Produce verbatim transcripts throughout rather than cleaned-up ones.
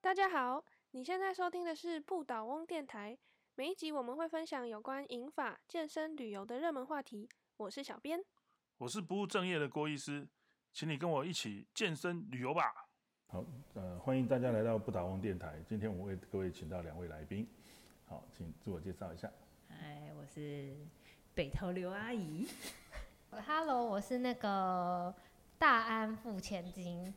大家好，你现在收听的是不倒翁电台。每一集我们会分享有关银发、健身、旅游的热门话题。我是小编， 我是不务正业的郭医师，请你跟我一起健身旅游吧。 好，呃，欢迎大家来到不倒翁电台。今天我为各位请到两位来宾，好，请自我介绍一下。 嗨，我是北投刘阿姨。 Hello， 我是那个大安付千金。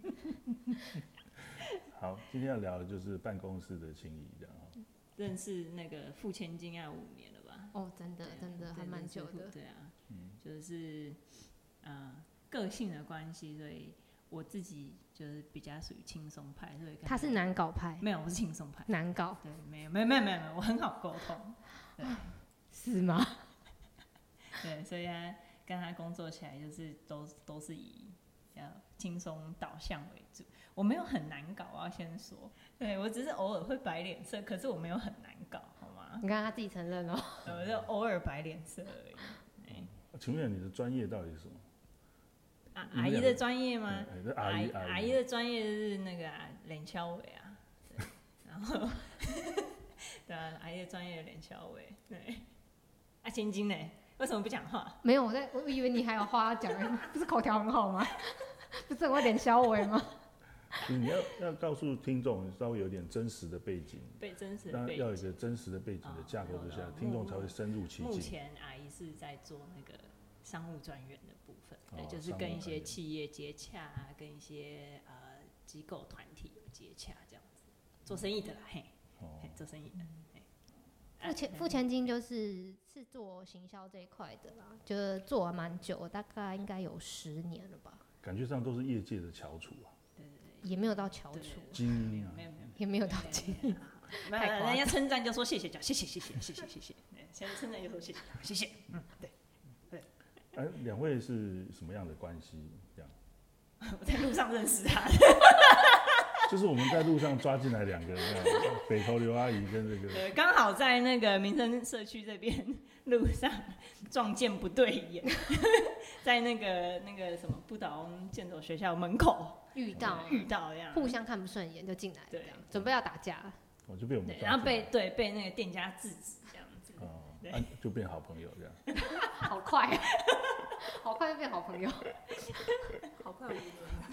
好，今天要聊的就是办公室的情谊，这样哈。 认识那个付千金要五年了吧？ 哦，真的， 啊、 真的还蛮久的。 对啊，嗯，就是呃个性的关系，所以我自己就是比较属于轻松派，所以他是难搞派， 没有，我是轻松派， 难搞。 对，没有，没有，没有，没有，我很好沟通，对， 是吗？ 对，所以他跟他工作起来就是都都是以比较轻松导向为主。我没有很难搞，我要先说，对我只是偶尔会摆脸色，可是我没有很难搞，好吗？ 你看他自己承认哦， 我就偶尔摆脸色而已。欸、 请问你的专业到底是什么？ 啊、阿姨的专业吗？ 嗯欸、阿姨阿姨阿姨的专业是那个脸敲尾啊，然后对啊，阿姨的专业脸敲尾，对。啊，千金呢？为什么不讲话？ 没有，我在，我以为你还有话要讲，不是口条很好吗？不是很会脸消微吗？ 你要要告诉听众稍微有点真实的背景， 被真实的背景， 要有一个真实的背景的架构之下，哦、听众才会深入其境。 目前阿姨是在做那个商务专员的部分，对， 哦、 就是跟一些企业接洽啊，跟一些呃机构团体有接洽，这样子做生意的啦，嘿，哦、嘿做生意的。 付千付千金就是是做行销这一块的啦，就是做了蛮久，大概应该有十年了吧。 感觉上都是业界的翘楚啊。 对对对， 也没有到翘楚， 精英啊， 没有没有， 也没有到精英。 人家称赞就说谢谢，讲谢谢谢谢谢谢谢谢，现在称赞就说谢谢谢谢，嗯，对对。 哎，两位是什么样的关系？这样？ 我在路上认识他。 就是我们在路上抓进来两个人，北投刘阿姨跟这个， 对，刚好在那个民生社区这边路上撞见不对眼，在那个那个什么不倒翁健走学校门口遇到遇到这样， 互相看不顺眼就进来， 对， 准备要打架， 我就被我们抓， 然后被对被那个店家制止这样子， 哦，啊、就变好朋友这样， 好快、啊，好快就变好朋友， 好快五年。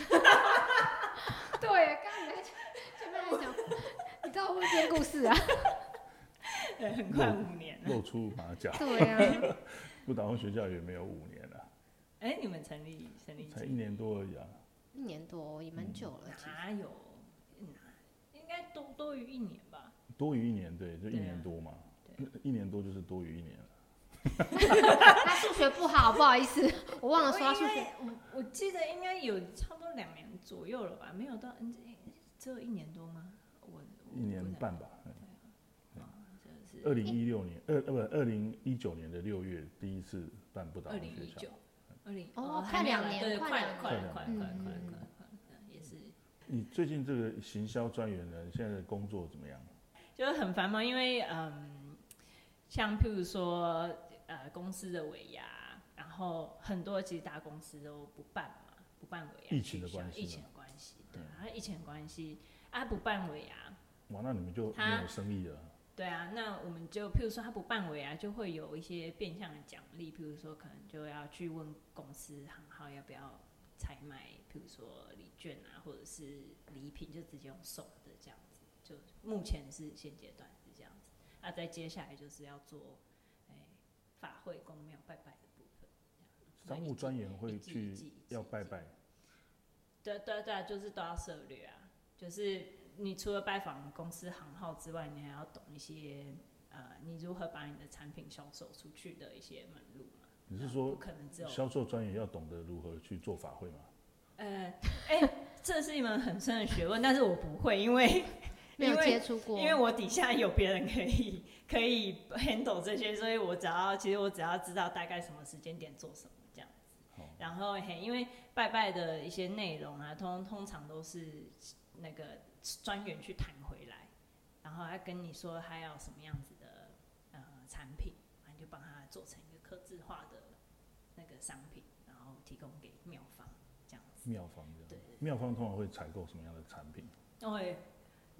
对，刚刚你在前面还讲，你知道我会编故事啊？ 对，很快五年了， 露出马脚。 对啊， 不倒翁学校也没有五年了。 哎、欸，你们成立成立才一年多而已啊。 一年多也蛮久了。 哪有？应该多多于一年吧？ 多于一年，对，就一年多嘛。一年多就是多于一年了。 他数学不好，不好意思，我忘了说他数学。 我我记得应该有差不多两年左右了吧？没有到，只有一年多吗？我一年半吧。 二零一六年，二不二零一九年的六月第一次办不倒翁学校。 二零哦，快两年， 对，快了， 快了，快快快快快，也是。 你最近这个行销专员呢，现在的工作怎么样？ 就是很繁忙，因为嗯，像譬如说呃公司的尾牙，然后很多其实大公司都不办嘛，不办尾牙， 疫情的关系， 疫情的关系，对，啊，疫情的关系，啊不办尾牙， 哇，那你们就没有生意了。 对啊，那我们就譬如说他不办尾牙，就会有一些变相的奖励，譬如说可能就要去问公司行号要不要采买，譬如说礼券啊，或者是礼品，就直接用送的这样子。就目前是现阶段是这样子，那再接下来就是要做，哎、欸，法会、公庙拜拜的部分。 商务专员会去要拜拜。 对对对，就是都要涉略啊，就是你除了拜访公司行号之外，你还要懂一些呃，你如何把你的产品销售出去的一些门路嘛。 你是说， 不可能只有销售专员要懂得如何去做法会吗？ 呃，哎、欸，这是一门很深的学问，但是我不会，因为没有接触过， 因为我底下有别人可以可以 handle 这些，所以我只要其实我只要知道大概什么时间点做什么这样子。哦、然后嘿，因为拜拜的一些内容啊，通通常都是那个专员去谈回来，然后他跟你说他要什么样子的呃产品，你就帮他做成一个客制化的那个商品，然后提供给庙方这样子。 庙方的， 对， 庙方通常会采购什么样的产品？ 会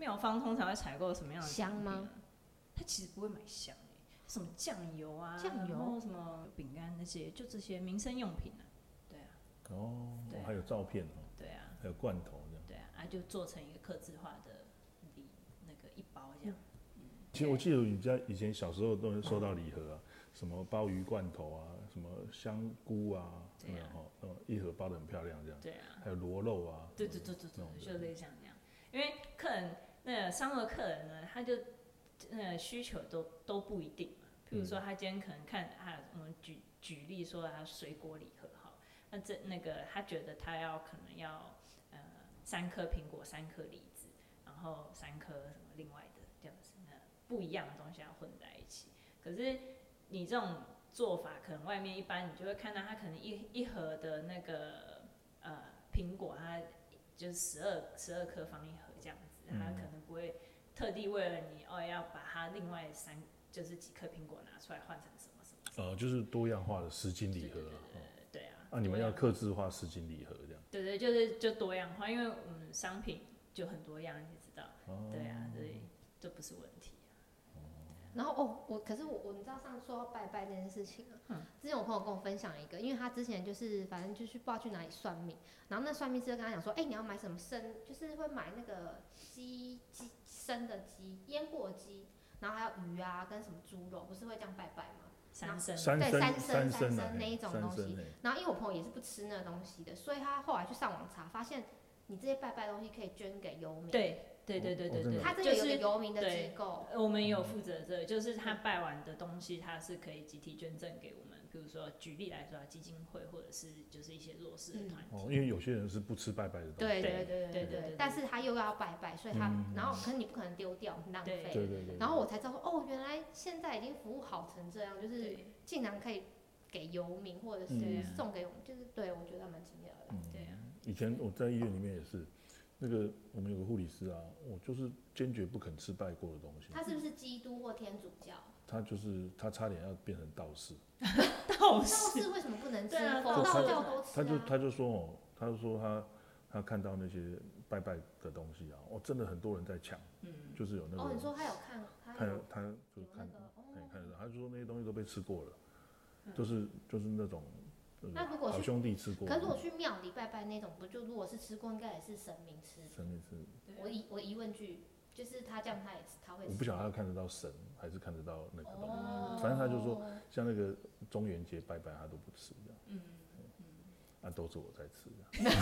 庙方通常会采购什么样的香吗？ 产品呢？他其实不会买香、欸、什么酱油啊， 酱油， 然后什么饼干那些，就这些民生用品啊。对啊。 哦， 对啊还有照片哦。 对啊。 还有罐头这样。 对啊，啊就做成一个客制化的礼，那个一包这样。嗯、 其实我记得你家以前小时候都会收到礼盒啊，什么鲍鱼罐头啊，什么香菇啊， 对啊， 嗯、哦，一盒包得很漂亮这样。 对啊。 还有螺肉啊。 对对对对对，就类似像这样，因为客人那个商务客人呢，他就呃需求都都不一定嘛。譬如说他今天可能看啊，我们举举例说他水果礼盒好，那这那个他觉得他要可能要呃三颗苹果，三颗梨子，然后三颗什么另外的这样子，那不一样的东西要混在一起。可是你这种做法，可能外面一般你就会看到他可能一一盒的那个呃苹果，它就是十二十二颗放一盒这样子，他可能不会特地为了你哦要把它另外三就是几颗苹果拿出来换成什么什么。 呃，就是多样化的十斤礼盒啊。 对啊。 啊，你们要客制化十斤礼盒这样。 对对，就是就多样化，因为我们商品就很多样，你知道。 哦、 对啊，所以这不是问题。 然后哦，我可是我我你知道上次说到拜拜这件事情啊，嗯、之前我朋友跟我分享一个，因为他之前就是反正就是不知道去哪里算命，然后那算命师就跟他讲说，哎、欸，你要买什么生，就是会买那个鸡鸡生的鸡，腌过鸡，然后还有鱼啊跟什么猪肉，不是会这样拜拜吗？ 三牲， 对三牲三牲牲那一种东西。然后因为我朋友也是不吃那个东西的，所以他后来去上网查，发现你这些拜拜的东西可以捐给游民。 对。对对对对对， 他这个有个游民的机构， 我们也有负责这个，就是他拜完的东西，他是可以集体捐赠给我们。比如说，举例来说，基金会或者是就是一些弱势的团体、 嗯。哦，因为有些人是不吃拜拜的东西。 对对对对对对。但是他又要拜拜，所以他、嗯、然后可是你不可能丢掉，很浪费。 对对对。 然后我才知道说，哦，原来现在已经服务好成这样，就是竟然可以给游民或者是送给我们，嗯、就是对我觉得蛮惊讶的。 嗯、 对啊。 以前我在医院里面也是。那个我们有个护理师啊，我就是坚决不肯吃拜过的东西。 他是不是基督或天主教？ 他就是他差点要变成道士。 道士？ 道士为什么不能吃？ 对啊， 道教都吃、啊。 他就他就说哦，他就说他他看到那些拜拜的东西啊，哦，真的很多人在抢，嗯，就是有那个。 哦，你说他有看？ 他有他就看，哎、那個，看得到，他就说那些东西都被吃过了，嗯、就是就是那种。 那如果好兄弟吃过， 可是我去庙里拜拜那种，不就如果是吃过，应该也是神明吃。 神明吃。 我疑我疑问句就是他这样他也他会吃。 我不晓得他看得到神还是看得到那个东西，哦、反正他就说像那个中元节拜拜他都不吃这样。嗯嗯。那、啊、都是我在吃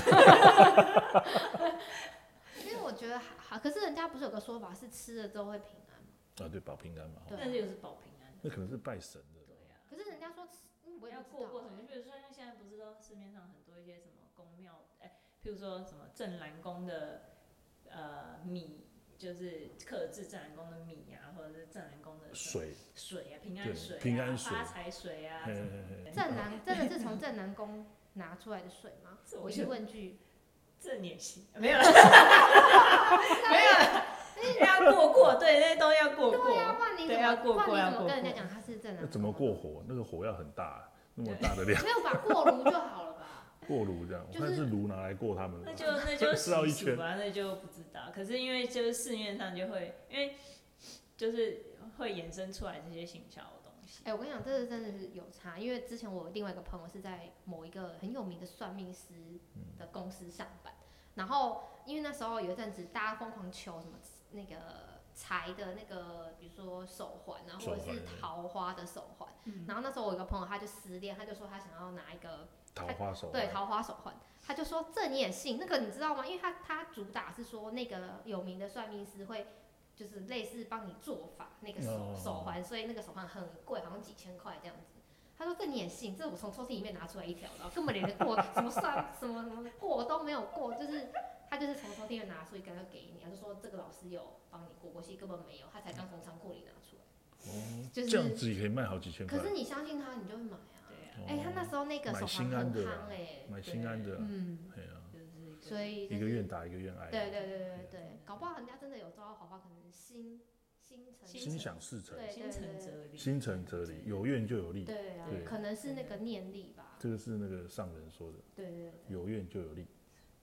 因为我觉得好，可是人家不是有个说法是吃了之后会平安吗？ 啊，对，保平安嘛。 对，那就是保平安。 那可能是拜神的。 对呀、啊。 可是人家说吃。我要过过什么？比如说，像现在不是都市面上很多一些什么宫庙，哎、欸，譬如说什么镇澜宫的呃米，就是克制镇澜宫的米啊，或者是镇澜宫的水水啊，平安水、啊、 平安水、 发财水啊。 镇澜真的是从镇澜宫拿出来的水吗？我疑问句。 这也行，没有了，没有了。要过过，对，那些都要过过。 对啊，不然你怎么， 要过过不然你怎么跟人家讲他是镇澜？ 那怎么过火？那个火要很大，那么大的量。 没有把过炉就好了吧？ 过炉这样，我看是炉拿来过他们。 那就那就习俗吧，那就不知道。可是因为就是市面上就会，因为就是会衍生出来这些行销的东西。 哎、欸，我跟你讲，这个真的是有差，因为之前我有另外一个朋友是在某一个很有名的算命师的公司上班，嗯、然后因为那时候有一阵子大家疯狂求什么。那个财的那个，比如说手环啊，或者是桃花的手环。嗯、然后那时候我有一个朋友，他就失恋，他就说他想要拿一个桃花手环。 对，桃花手环。他就说这你也信？那个你知道吗？因为他他主打是说那个有名的算命师会，就是类似帮你做法那个手、哦、手环，所以那个手环很贵，好像几千块这样子。他说这你也信？这我从抽屉里面拿出来一条，然后根本连过什么算什么什么过都没有过，就是。他就是从抽屉里面拿出一个要给你，他就说这个老师有帮你过过，其实根本没有，他才刚从仓库里拿出来。 哦， 就是这样子也可以卖好几千块。 可是你相信他，你就会买啊。 对啊。 哎、欸，他那时候那个手环很夯哎、欸， 买心安的、啊，嗯，对啊。 所以、 就是、一个愿打一个愿挨。 对对对对对，搞不好人家真的有招到好话，可能心心诚心想事成， 心诚则灵， 心诚则灵，有愿就有力。 对啊，可能是那个念力吧。 这个是那个上人说的。 对对对。 有愿就有力。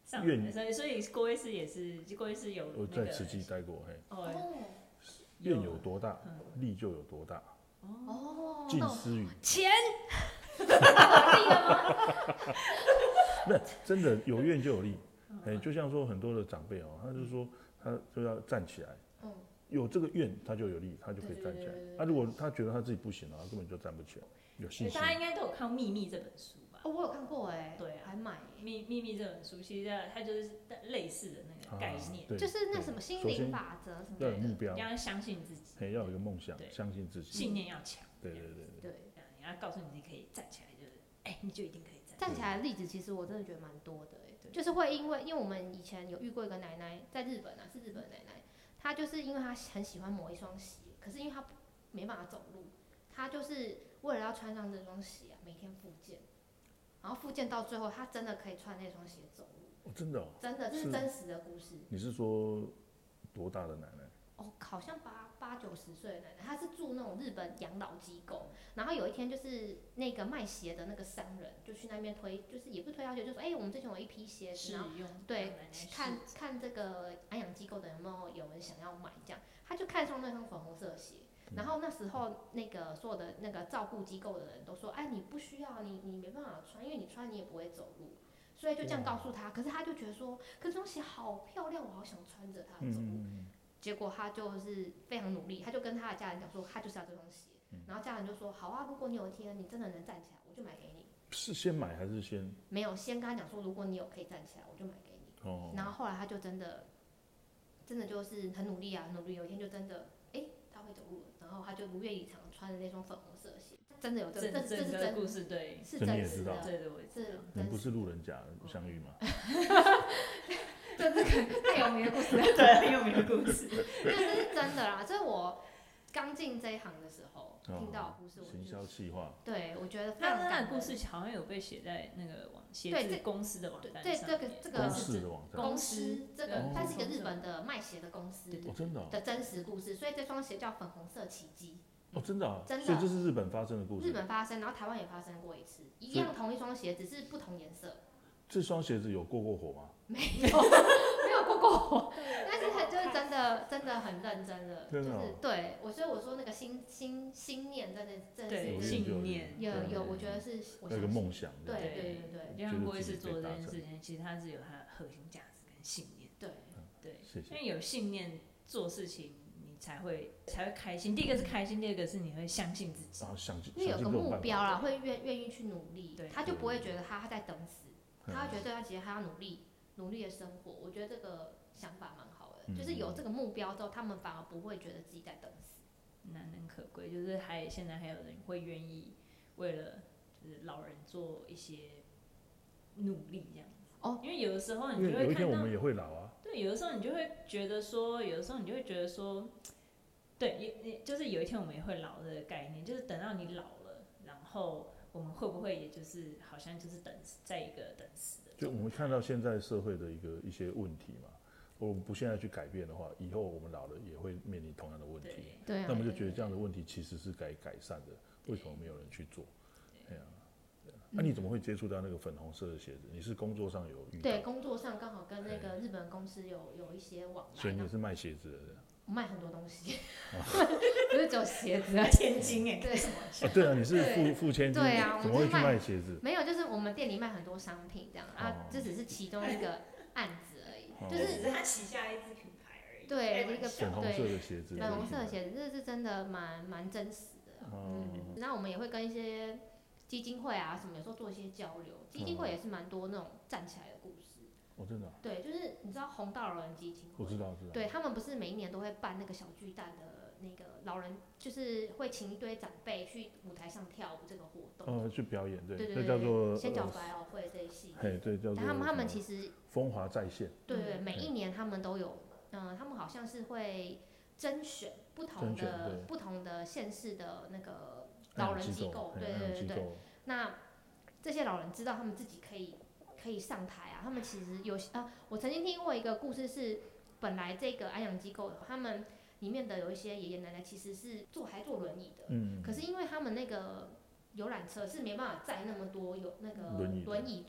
上来，所以所以郭医师也是，郭医师有、那个、 我在慈济待过，嘿。 哦。 愿有多大，力就有多大。 哦。 近思语。 钱。有力了吗？ 不是，真的有愿就有力。哎，就像说很多的长辈哦，他就说他就要站起来。嗯。有这个愿，他就有力，他就可以站起来。他、啊、如果他觉得他自己不行了，他根本就站不起来。有信心。 大家应该都有看《秘密》这本书吧？ 哦，我有看过哎。 对啊， 还买 《秘秘密》这本书，其实它就是类似的那个概念， 啊、 就是那什么心灵法则什么的。 要有目标， 你要相信自己。 要有一个梦想，相信自己， 信念要强。 对对对对。 对，你要告诉你自己可以站起来，就是哎、欸，你就一定可以站。 站起来的例子其实我真的觉得蛮多的哎，就是会因为因为我们以前有遇过一个奶奶，在日本啊，是日本的奶奶，她就是因为她很喜欢某一双鞋，可是因为她没办法走路，她就是为了要穿上这双鞋啊，每天复健，然后复健到最后，她真的可以穿那双鞋走路。 哦，真的哦。 真的，这是真实的故事。 你是说多大的奶奶？ 哦，好像八八九十岁的奶奶，她是住那种日本养老机构。然后有一天，就是那个卖鞋的那个商人就去那边推，就是也不是推销鞋，就说：“哎、欸，我们之前有一批鞋子，然后对，看看这个安养机构的有没有有人想要买这样。”他就看上那双粉红色的鞋。然后那时候那个所有的那个照顾机构的人都说：“哎，你不需要，你你没办法穿，因为你穿你也不会走路。”所以就这样告诉他。可是他就觉得说：“可是这双鞋好漂亮，我好想穿着它走路。嗯”结果他就是非常努力，他就跟他的家人讲说，他就是要这双鞋。然后家人就说：“好啊，如果你有一天你真的能站起来，我就买给你。” 是先买还是先？ 没有，先跟他讲说，如果你有可以站起来，我就买给你。哦。然后后来他就真的，真的就是很努力啊，努力。有一天就真的，哎、欸，他会走路了。然后他就如愿以偿，穿着那双粉红色的鞋，真的有这个，这是真故事，对， 是真实的， 对对，我知道。 人不是路人甲，不相遇吗？ 这这个太有名的故事了， 对，很有名的故事。 这是真的啦，这是我刚进这一行的时候、哦、听到的故事。 行销企划。 对，我觉得非常感人。 那那故事好像有被写在那个网鞋子公司的网站上面。 对，这个这个公司的网站。 公司这个它是一个日本的卖鞋的公司。 哦，真的、哦。 的真实故事，所以这双鞋叫粉红色奇迹。 哦，真的、啊。 真的。 所以这是日本发生的故事。 日本发生，然后台湾也发生过一次，一样同一双鞋，只是不同颜色。 这双鞋子有过过火吗？ 没有，没有过过火，但是很就是真的真的很认真的， 真的、哦、 就是对我，所以我说那个心心心念真的真的是信念， 有有，我觉得是我有一个梦想， 对对对对， 就像郭医师做这件事情，其实他是有他的核心价值跟信念， 对对， 谢谢， 因为有信念做事情。才会才会开心。第一个是开心，第二个是你会相信自己， 因为有个目标啦，会愿愿意去努力，他就不会觉得他他在等死，他会觉得他其实他要努力努力的生活。我觉得这个想法蛮好的，就是有这个目标之后，他们反而不会觉得自己在等死。 难能可贵，就是还现在还有人会愿意为了就是老人做一些努力这样子。哦，因为有的时候你就会看到， 有一天我们也会老啊。 对，有的时候你就会觉得说，有的时候你就会觉得说，对，也就是有一天我们也会老的概念，就是等到你老了，然后我们会不会也就是好像就是等在一个等死的？ 就我们看到现在社会的一个一些问题嘛，我们不现在去改变的话，以后我们老了也会面临同样的问题。 对， 那我们就觉得这样的问题其实是该改善的，为什么没有人去做？哎呀。那、啊、你怎么会接触到那个粉红色的鞋子？你是工作上有遇到？ 对，工作上刚好跟那个日本公司有有一些往来。 所以你是卖鞋子的？ 我卖很多东西，不是只有鞋子啊， 千金哎， 对什么？ 啊，对啊，你是付付千金， 对啊， 怎么会去卖鞋子？ 没有，就是我们店里卖很多商品这样啊，这只是其中一个案子而已，就是他旗下一支品牌而已。 对，一个粉红色的鞋子， 粉红色的鞋子，这是真的蛮蛮真实的。嗯，那我们也会跟一些基金会啊什么，有时候做一些交流。基金会也是蛮多那种站起来的故事。 哦，真的、啊。 对，就是你知道红道老人基金会。 我知道，知道。 对他们不是每一年都会办那个小巨蛋的那个老人，就是会请一堆长辈去舞台上跳舞这个活动。 呃，去表演，对， 对对对， 这叫做仙脚百老汇这一系列。 嘿，对，叫做。 他们他们其实。 风华再现。 对对，每一年他们都有，嗯、呃，他们好像是会甄选不同的不同的县市的那个老人机构，对对对对。那这些老人知道他们自己可以可以上台啊，他们其实有啊，我曾经听过一个故事是，本来这个安养机构他们里面的有一些爷爷奶奶其实是坐还坐轮椅的，嗯，可是因为他们那个游览车是没办法载那么多有那个轮椅族，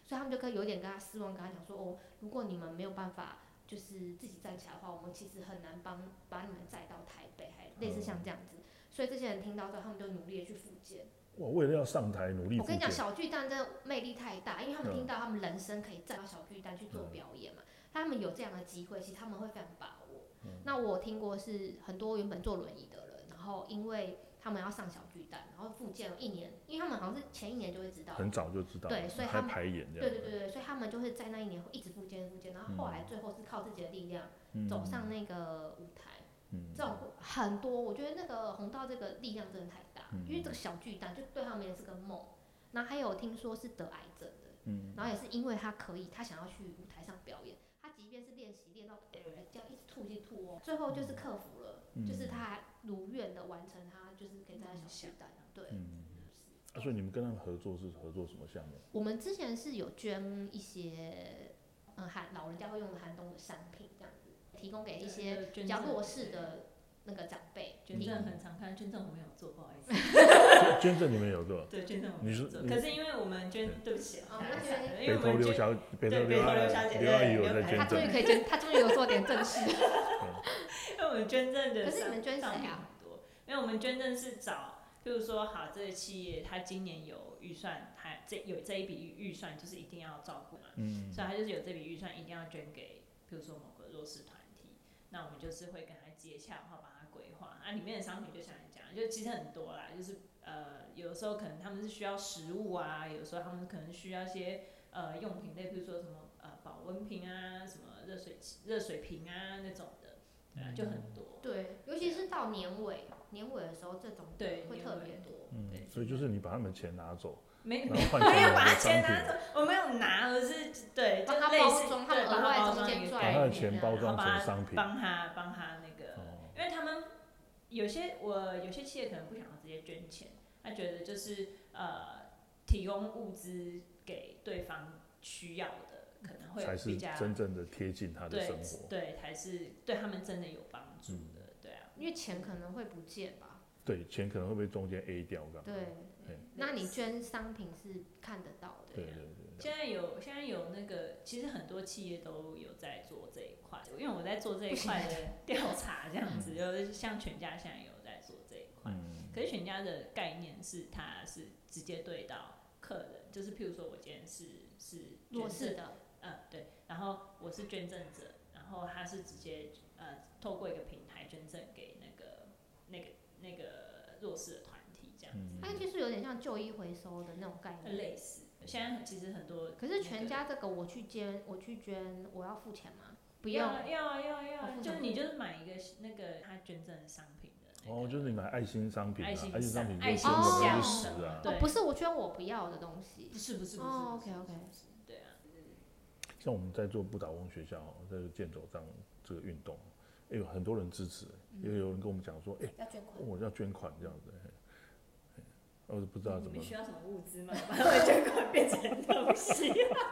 所以他们就跟有点跟他失望，跟他讲说哦，如果你们没有办法就是自己站起来的话，我们其实很难帮把你们载到台北，还类似像这样子。所以这些人听到之后，他们就努力的去复健。 哇，为了要上台努力复健。 我跟你讲，小巨蛋真的魅力太大，因为他们听到他们人生可以站到小巨蛋去做表演嘛，嗯、他们有这样的机会，其实他们会非常把握。嗯、那我听过是很多原本坐轮椅的人，然后因为他们要上小巨蛋，然后复健了一年，因为他们好像是前一年就会知道， 很早就知道， 对，所以他们排演这样， 对对对对，所以他们就会在那一年会一直复健复健，然后后来最后是靠自己的力量、嗯、走上那个舞台。嗯、这种很多，我觉得那个红道这个力量真的太大，嗯、因为这个小巨蛋就对他们也是个梦。然后还有听说是得癌症的，嗯、然后也是因为他可以，他想要去舞台上表演，他即便是练习练到这样一直吐一直吐哦，最后就是克服了，嗯、就是他如愿的完成他就是可以在小巨蛋，对。嗯啊，所以你们跟他们合作是合作什么项目？ 我们之前是有捐一些，嗯，寒老人家会用的寒冬的商品这样子，提供给一些比较弱势的那个长辈。 捐赠很常看，捐赠我们有做，不好意思。 捐赠你们有做？ 对，捐赠我们有做。可是因为我们捐，对不起啊， 北投刘小北投刘小姐刘阿姨有在捐赠， 她终于可以捐，她终于有做点正事。 因为我们捐赠的， 可是你们捐谁啊？ 很多，因为我们捐赠是找。譬如说，好，这个企业它今年有预算，它这有这一笔预算就是一定要照顾嘛，嗯，所以它就是有这笔预算一定要捐给，譬如说某个弱势团体，那我们就是会跟他接洽，然后把它规划。啊，里面的商品就像你讲，就其实很多啦，就是呃，有的时候可能他们是需要食物啊，有的时候他们可能需要一些呃用品类，譬如说什么呃保温瓶啊，什么热水热水瓶啊那种的，对啊，就很多。 对，尤其是到年尾。年尾的时候，这种对会特别多。 嗯，所以就是你把他们钱拿走， 没没有把他钱拿走，我没有拿，而是对， 帮他包装，他们额外中间赚， 把他的钱包装成商品， 帮他帮他那个，哦、因为他们有些我有些企业可能不想要直接捐钱，他觉得就是呃提供物资给对方需要的，可能会才是真正的贴近他的生活， 对，对才是对他们真的有帮助的。嗯， 因为钱可能会不见吧？ 对，钱可能会被中间 A 掉，干嘛？ 对，那你捐商品是看得到的。 对对对。 现在有现在有那个，其实很多企业都有在做这一块，因为我在做这一块的调查，这样子，就是像全家现在有在做这一块。嗯。可是全家的概念是，它是直接对到客人，就是譬如说我今天是是弱势的， 嗯，对，然后我是捐赠者，然后他是直接呃透过一个平台捐赠给那个那个那个弱势的团体这样子。 它、嗯、就是有点像旧衣回收的那种概念。 类似。现在其实很多。 可是全家这个我去捐，我去捐，我要付钱吗？不用。要要要要，就是你就是买一个那个他捐赠的商品的、那個。 哦，就是你买爱心商品、啊，爱心商品爱心箱食啊。 哦，不是我捐我不要的东西。 不是不是不是。 哦 ，OK OK。 对啊。 像我们在做不倒翁学校，在健走杖这个运动。哎、欸，有很多人支持、欸，也、嗯、有人跟我们讲说，哎、欸， 要捐款， 我、哦、要捐款这样子，我就不知道怎么。 你需要什么物资吗？把它的捐款变成东西。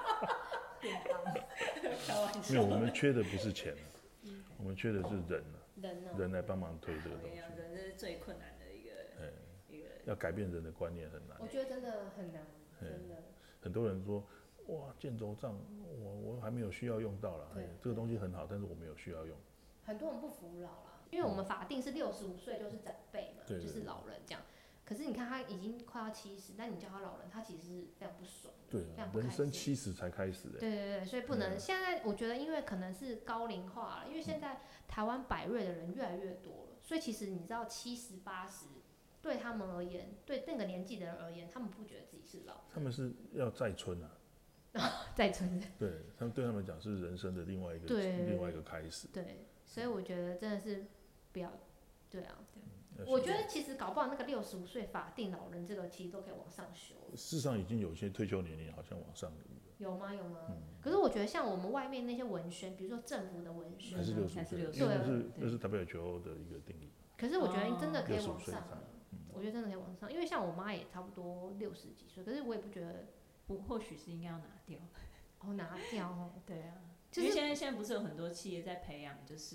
开玩笑。 没有，我们缺的不是钱、啊嗯，我们缺的是人啊， 人啊， 人来帮忙推这个东西。 人是最困难的一个，欸、一个。 要改变人的观念很难。 我觉得真的很难，真的。 很多人说，哇，健走杖，我我还没有需要用到啦，哎，这个东西很好，但是我没有需要用。 很多人不服老啦，因为我们法定是六十五岁就是长辈嘛，就是老人这样。可是你看他已经快要七十，但你叫他老人，他其实是非常不爽的， 对、啊，人生七十才开始、欸。 对对对，所以不能、嗯。现在我觉得，因为可能是高龄化了，因为现在台湾百瑞的人越来越多了，所以其实你知道七十八十对他们而言，对那个年纪的人而言，他们不觉得自己是老。 他们是要再春啊。 再春。 对他们对他们讲是人生的另外一个另外一个开始。 对，所以我觉得真的是不要，对啊。我觉得其实搞不好那个六十五岁法定老人这个其实都可以往上修。 事实上已经有一些退休年龄好像往上了。 有吗？有吗？嗯、可是我觉得像我们外面那些文宣，比如说政府的文宣， 还是六十岁，因为那是那是 W H O 的一个定义。 可是我觉得真的可以往上了，嗯、我觉得真的可以往上，因为像我妈也差不多六十几岁，可是我也不觉得， 不或许是应该要拿掉。 哦，拿掉哦， 对啊，就是、因为现在现在不是有很多企业在培养，就是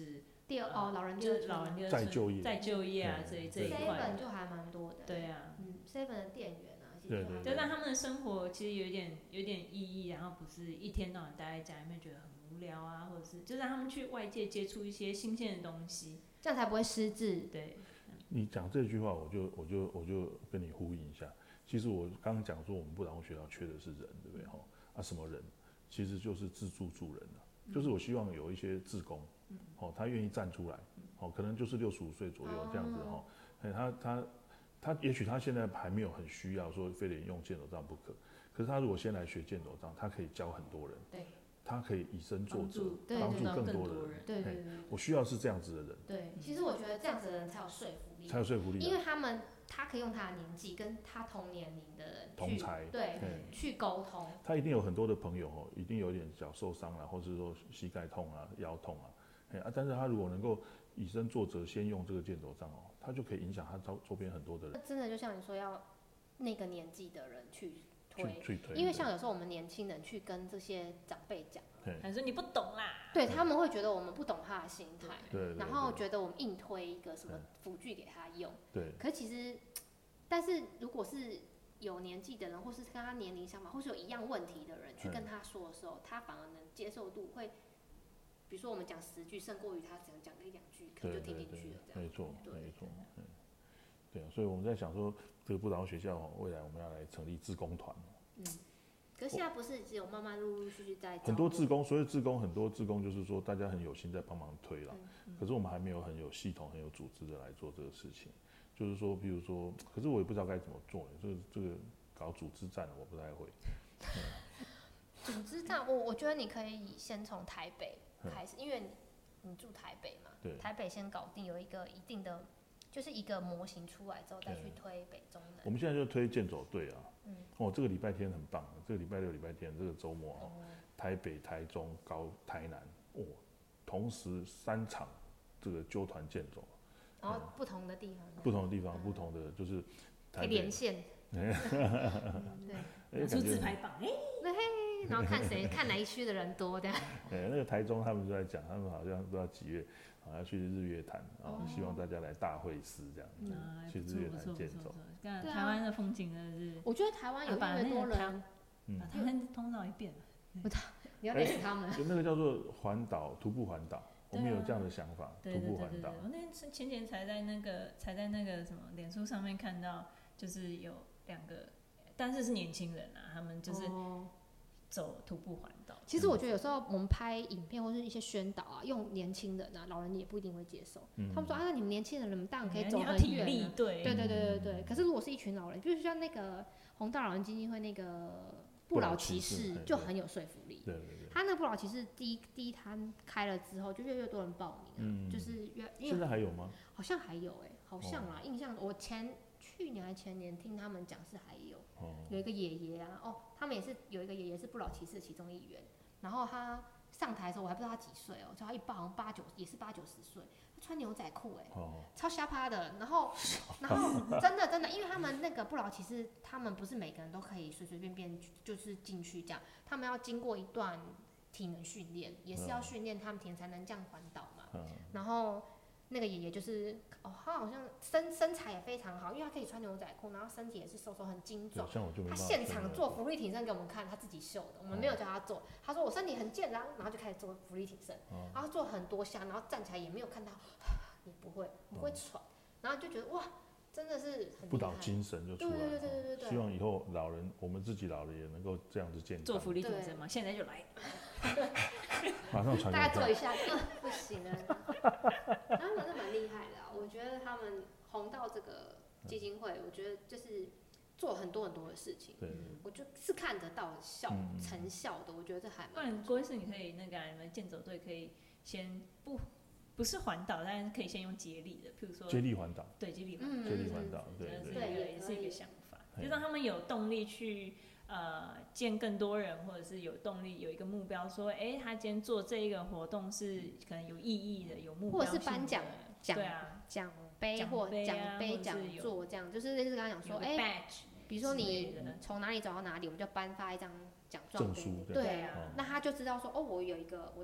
第二哦，老人第就是二村嘛老人第二村再就业再就业啊，这对这一块 ，seven 的， 就还蛮多的。 对啊， 嗯，seven 的店员啊，其实对对就还蛮就让他们的生活其实有点有点意义，然后不是一天到晚待在家里面觉得很无聊啊，或者是就让他们去外界接触一些新鲜的东西， 这样才不会失智。 对。 你讲这句话，我就我就我就跟你呼应一下。其实我刚刚讲说，我们不然学校缺的是人，对不对？哈啊，什么人？其实就是自助助人了。就是我希望有一些志工，哦，他愿意站出来，哦，可能就是六十五岁左右这样子哈。哎，他他他，也许他现在还没有很需要说非得用剑走杖不可，可是他如果先来学剑走杖，他可以教很多人。 对。 他可以以身作则， 对帮助更多人。 对对对， 我需要是这样子的人。 对，其实我觉得这样子的人才有说服力， 才有说服力、啊。 因为他们他可以用他的年纪跟他同年龄的人同才对去沟通。 他一定有很多的朋友哦，一定有点脚受伤啦，或者说膝盖痛啊、腰痛啊，哎啊，但是他如果能够以身作则，先用这个剑走杖哦，他就可以影响他周周边很多的人。 真的就像你说，要那个年纪的人去。 去推， 因为像有时候我们年轻人去跟这些长辈讲， 还说你不懂啦， 对他们会觉得我们不懂他的心态， 对， 然后觉得我们硬推一个什么辅具给他用， 对。 可其实，但是如果是有年纪的人，或是跟他年龄相仿，或是有一样问题的人去跟他说的时候，他反而能接受度会，比如说我们讲十句胜过于他只能讲一两句，可能就听进去了，这样。 没错，没错，嗯，对啊，所以我们在想说，这个不倒翁学校未来我们要来成立志工团。 嗯，可是现在不是只有慢慢陆陆续续在很多志工，所谓志工，很多志工就是说大家很有心在帮忙推啦、嗯，可是我们还没有很有系统、很有组织的来做这个事情。就是说，比如说，可是我也不知道该怎么做，这个这个搞组织战我不太会。 组织战，我我觉得你可以先从台北开始，因为你你住台北嘛，台北先搞定有一个一定的。就是一个模型出来之后，再去推北中南。 我们现在就推健走队啊， 嗯， 哦，这个礼拜天很棒，这个礼拜六、礼拜天这个周末哦，嗯、台北、台中、高台南，哦，同时三场这个纠团健走， 然后不同的地方， 不同的地方，嗯、不同的就是可以连线， 对， 拿出自拍榜，哎， 对，然后看谁看哪一区的人多这样。 对，那个台中他们就在讲，他们好像不知道几月。要去日月潭啊、哦，希望大家来大会师这样，嗯、去日月潭健走。 看台湾的风景真的是， 我觉得台湾有越来越多人， 把台湾通绕一遍了。 你要累死他们。 那个叫做环岛徒步环岛，我们有这样的想法，徒步环岛。 我那天前前才在那个才在那个什么脸书上面看到，就是有两个，但是是年轻人啊，他们就是走徒步环岛。 其实我觉得有时候我们拍影片或是一些宣导啊，用年轻人啊、老人也不一定会接受。嗯、他们说啊，那你们年轻人，你们当然可以走很远、啊。 对对对对对对。可是如果是一群老人，比如像那个红道老人基金会那个不老骑士，就很有说服力。 对对对。 他那个不老骑士第一第一摊开了之后，就越来越多人报名啊，嗯、就是越。 现在还有吗？ 好像还有哎、欸，好像啦，哦、印象我前去年还前年听他们讲是还有，哦、有一个爷爷啊，哦，他们也是有一个爷爷是不老骑士的其中一员。然后他上台的时候，我还不知道他几岁哦，就他一报好像八九，也是八九十岁，他穿牛仔裤哎，哦、超瞎趴的。然后，然后真的真的，因为他们那个不老骑士，他们不是每个人都可以随随便便就是进去这样，他们要经过一段体能训练，也是要训练他们体能才能这样环岛嘛。嗯、然后那个爷爷就是哦，他好像身身材也非常好，因为他可以穿牛仔裤，然后身体也是瘦瘦很精壮。他现场做浮力挺身给我们看，他自己秀的，我们没有叫他做。他说我身体很健朗，然后就开始做浮力挺身，哦、然后做很多下，然后站起来也没有看到你不会不会喘，然后就觉得哇，真的是很厉害， 不倒精神就出来了。 对对对对对对。 希望以后老人，我们自己老人也能够这样子健康。 做浮力挺身嘛，现在就来。 马上传。 大概做一下，嗯，不行了。他们是蛮厉害的、啊，我觉得他们红到这个基金会，我觉得就是做很多很多的事情， 对， 我就是看得到效、嗯、成效的，我觉得这还蛮。 不然郭医师，你可以那个、啊、你们健走队可以先不不是环岛，但是可以先用接力的，譬如说接力环岛， 对，接力环岛， 接力环岛，对对对，也是一个想法，就让他们有动力去。呃，见更多人，或者是有动力，有一个目标，说，哎、欸，他今天做这一个活动是可能有意义的，有目标性的， 或者是颁奖奖奖杯或奖杯讲座这样，就是类似刚刚讲说，哎、欸，比如说你从哪里走到哪里，我们就颁发一张奖状给你，对啊，那他就知道说，哦，我有一个我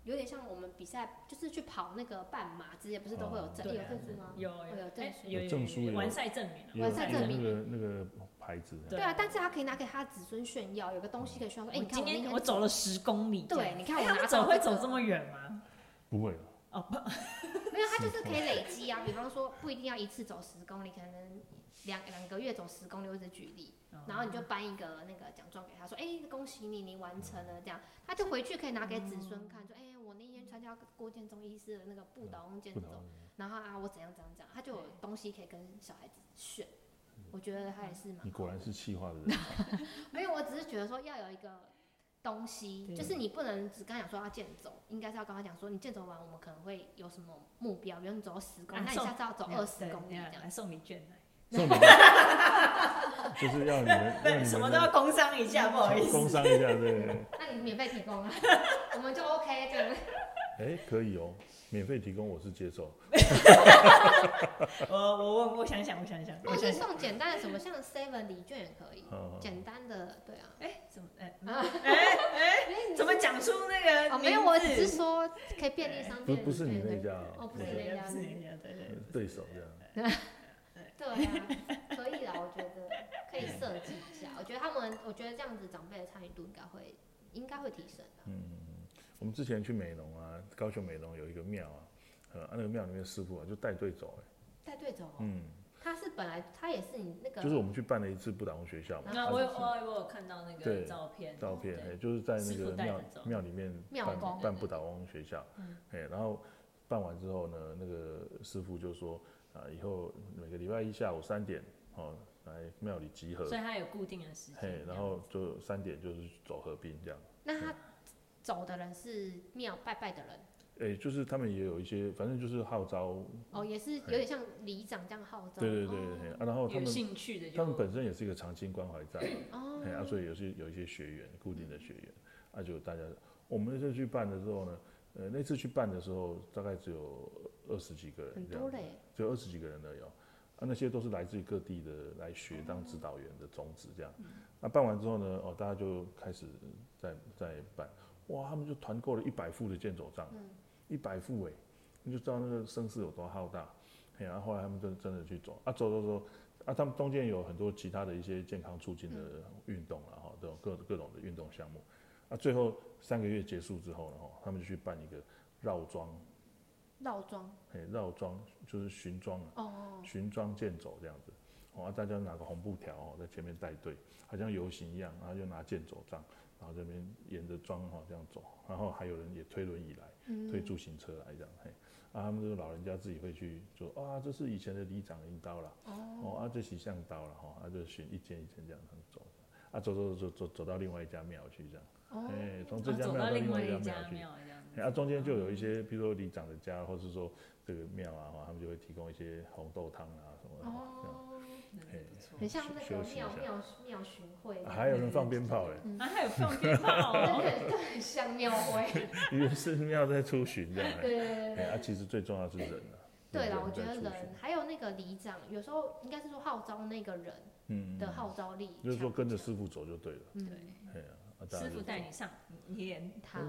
有点像我们比赛，就是去跑那个半马之类，不是都会有证、 哦、 有证书吗？ 有有有证书， 有证书， 完赛证明， 完赛证明那个那个牌子。 对啊，但是他可以拿给他子孙炫耀，有个东西可以炫耀说，哎、欸，你看我今天我我走了十公里， 对，你看我拿到、 欸、走会走这么远吗？ 不会哦，不， 没有，他就是可以累积啊。比方说，不一定要一次走十公里，可能两两个月走十公里，或者举例，然后你就颁一个那个奖状给他，说，哎、欸，恭喜你，你完成了这样，他就回去可以拿给子孙看，说，哎、欸，我那天参加郭建中医师的那个不倒翁健走，然后啊，我怎样怎样怎样，他就有东西可以跟小孩子炫。我觉得他也是蛮。 你果然是企划的人。 没有，我只是觉得说要有一个东西，就是你不能只跟他讲说要健走，应该是要跟他讲说，你健走完我们可能会有什么目标，比如你走十公里，那你下次要走二十公里这样， 来送你券来。 送你，就是要你们，要你们什么都要工商一下，不好意思。 工商一下，对。 那你免费提供啊，我们就 OK 这样。 哎、欸，可以哦，免费提供我是接受。 我我我我想想，我想想。 或是送简单的什么，像 Seven 礼券也可以，简单的，对啊。 哎、欸，怎么哎哎哎，怎么讲出那个？ 哦，没有，我只是说可以便利商店。 不不是你那家哦，不是你那家， 不是你那家，对对。 对手这样。 对啊，可以啦，我觉得可以设计一下。我觉得他们，我觉得这样子长辈的参与度应该会，应该会提升的。 嗯，我们之前去美浓啊，高雄美浓有一个庙啊，呃，那个庙里面师傅啊就带队走、 欸，带队走、喔。 嗯， 他是本来他也是你那个， 就是我们去办了一次不倒翁学校嘛。 那我有我我有看到那个照片， 照片，哎、欸，就是在那个庙庙里面办办不倒翁学校，哎、欸，然后办完之后呢，那个师傅就说。啊，以后每个礼拜一下午三点，哦，来庙里集合。 所以他有固定的时间。 嘿，然后就三点就是走河滨这样。 那他走的人是庙拜拜的人？ 哎、欸，就是他们也有一些，反正就是号召。 哦，也是有点像里长这样号召。 对对对对、哦、啊，然后他们有兴趣的， 他们本身也是一个长青关怀站。 哦。 啊，所以有些有一些学员，固定的学员，啊，就大家，我们那次去办的时候呢。呃，那次去办的时候，大概只有二十几个人， 很多嘞， 只有二十几个人而已、喔。啊，那些都是来自于各地的来学当指导员的种子这样。那、嗯啊、办完之后呢，哦，大家就开始在在办，哇，他们就团购了一百副的健走杖，一百副哎，你就知道那个声势有多浩大。哎，然后后来他们真真的去走，啊，走走走，啊，他们中间有很多其他的一些健康促进的运动啦，哈、嗯，这种各各种的运动项目。啊，最后三个月结束之后呢，哈，他们就去办一个绕庄。 绕庄。 哎，绕庄就是巡庄啊。哦。巡庄健走这样子，哦，啊、大家拿个红布条哦，在前面带队，好像游行一样，然后就拿健走杖，然后这边沿着庄哈这样走，然后还有人也推轮椅来，嗯、推助行车来这样，嘿，啊，他们这个老人家自己会去说，啊，这是以前的里长引刀了，哦，哦，啊，这是像刀了哈，啊，就巡一间一间这样走，啊，走走走走走到另外一家庙去这样。哎，从、哦、这家庙到另外一家庙去，啊，中间就有一些，比如说里长的家，或是说这个庙啊，他们就会提供一些红豆汤啊什么的，哦， 哎，很像那个庙庙庙巡会、 啊，还有人放鞭炮嘞， 啊，还有放鞭炮哦， 对对，很像庙会， 以为是庙在出巡这样， 对对对对， 啊，其实最重要是人啊， 对啦，我觉得人还有那个里长，有时候应该是说号召那个人的号召力， 就是说跟着师傅走就对了， 对， 哎呀。 师傅带你上，你演他。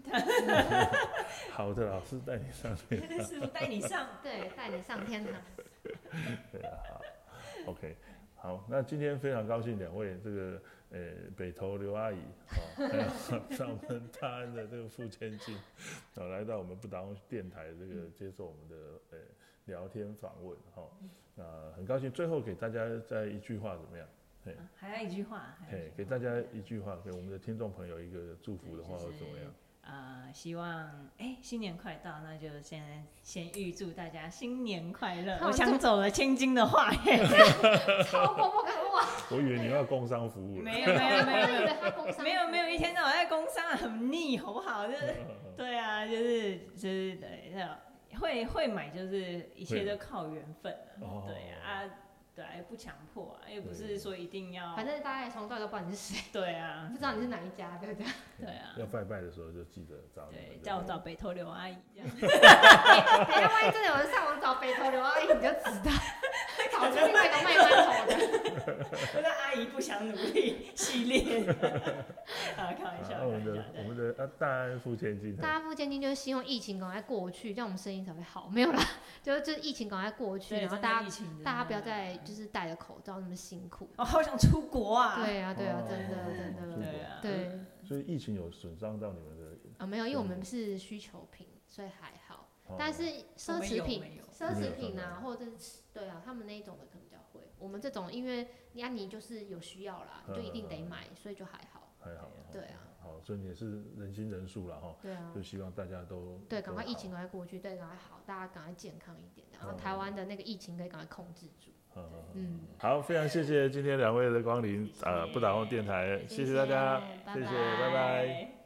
好的，老师带你上天堂。 师傅带你上， 对，带你上天堂。 对啊，好 ，OK， 好，那今天非常高兴两位这个呃北投刘阿姨，哦，还有上我们大安的这个傅千金，哦，来到我们不倒翁电台这个接受我们的呃聊天访问，哈、哦，那、呃、很高兴，最后给大家再一句话怎么样？ 啊、还要一句话， 嘿，给大家一句话，给我们的听众朋友一个祝福的话，会怎么样？ 呃，希望哎、欸，新年快到，那就先先预祝大家新年快乐。我抢走了千金的话耶， 超过不敢哇！ 我以为你要工商服务了， 没有没有没有没有没有没有，一天到晚在工商很腻，好不好？就是对啊，就是就是对，会会买就是一切都靠缘分了，对啊。对啊，也不强迫啊，又不是说一定要， 反正大家从头到尾都不知道你是谁， 对啊， 不知道你是哪一家，对不对？ 对啊， 要拜拜的时候就记得找你， 对，叫我找北投刘阿姨这样。 等一下，万一真的有人上网找北投刘阿姨，你就知道，搞我最近才刚卖馒头的。 我的阿姨不想努力系列。啊，开玩笑。 我们的我们的啊大安富千金。 大安富千金就是希望疫情赶快过去，这样我们生意才会好。没有啦，就就疫情赶快过去，然后大家大家不要再就是戴着口罩那么辛苦。 我好想出国啊！ 对啊，对啊，真的真的。 对啊。 对。 所以疫情有损伤到你们的？ 啊，没有，因为我们是需求品，所以还好。但是奢侈品、奢侈品啊，或者是对啊，他们那一种的可能比较会。我们这种，因为你啊，你就是有需要啦，你就一定得买，所以就还好。 还好。 对啊。 好，所以也是人心人数了哈。 对啊。 就希望大家都对，赶快疫情赶快过去，对，赶快好，大家赶快健康一点，然后台湾的那个疫情可以赶快控制住。 嗯，好，非常谢谢今天两位的光临，呃，不打烊电台，谢谢大家，谢谢，拜拜。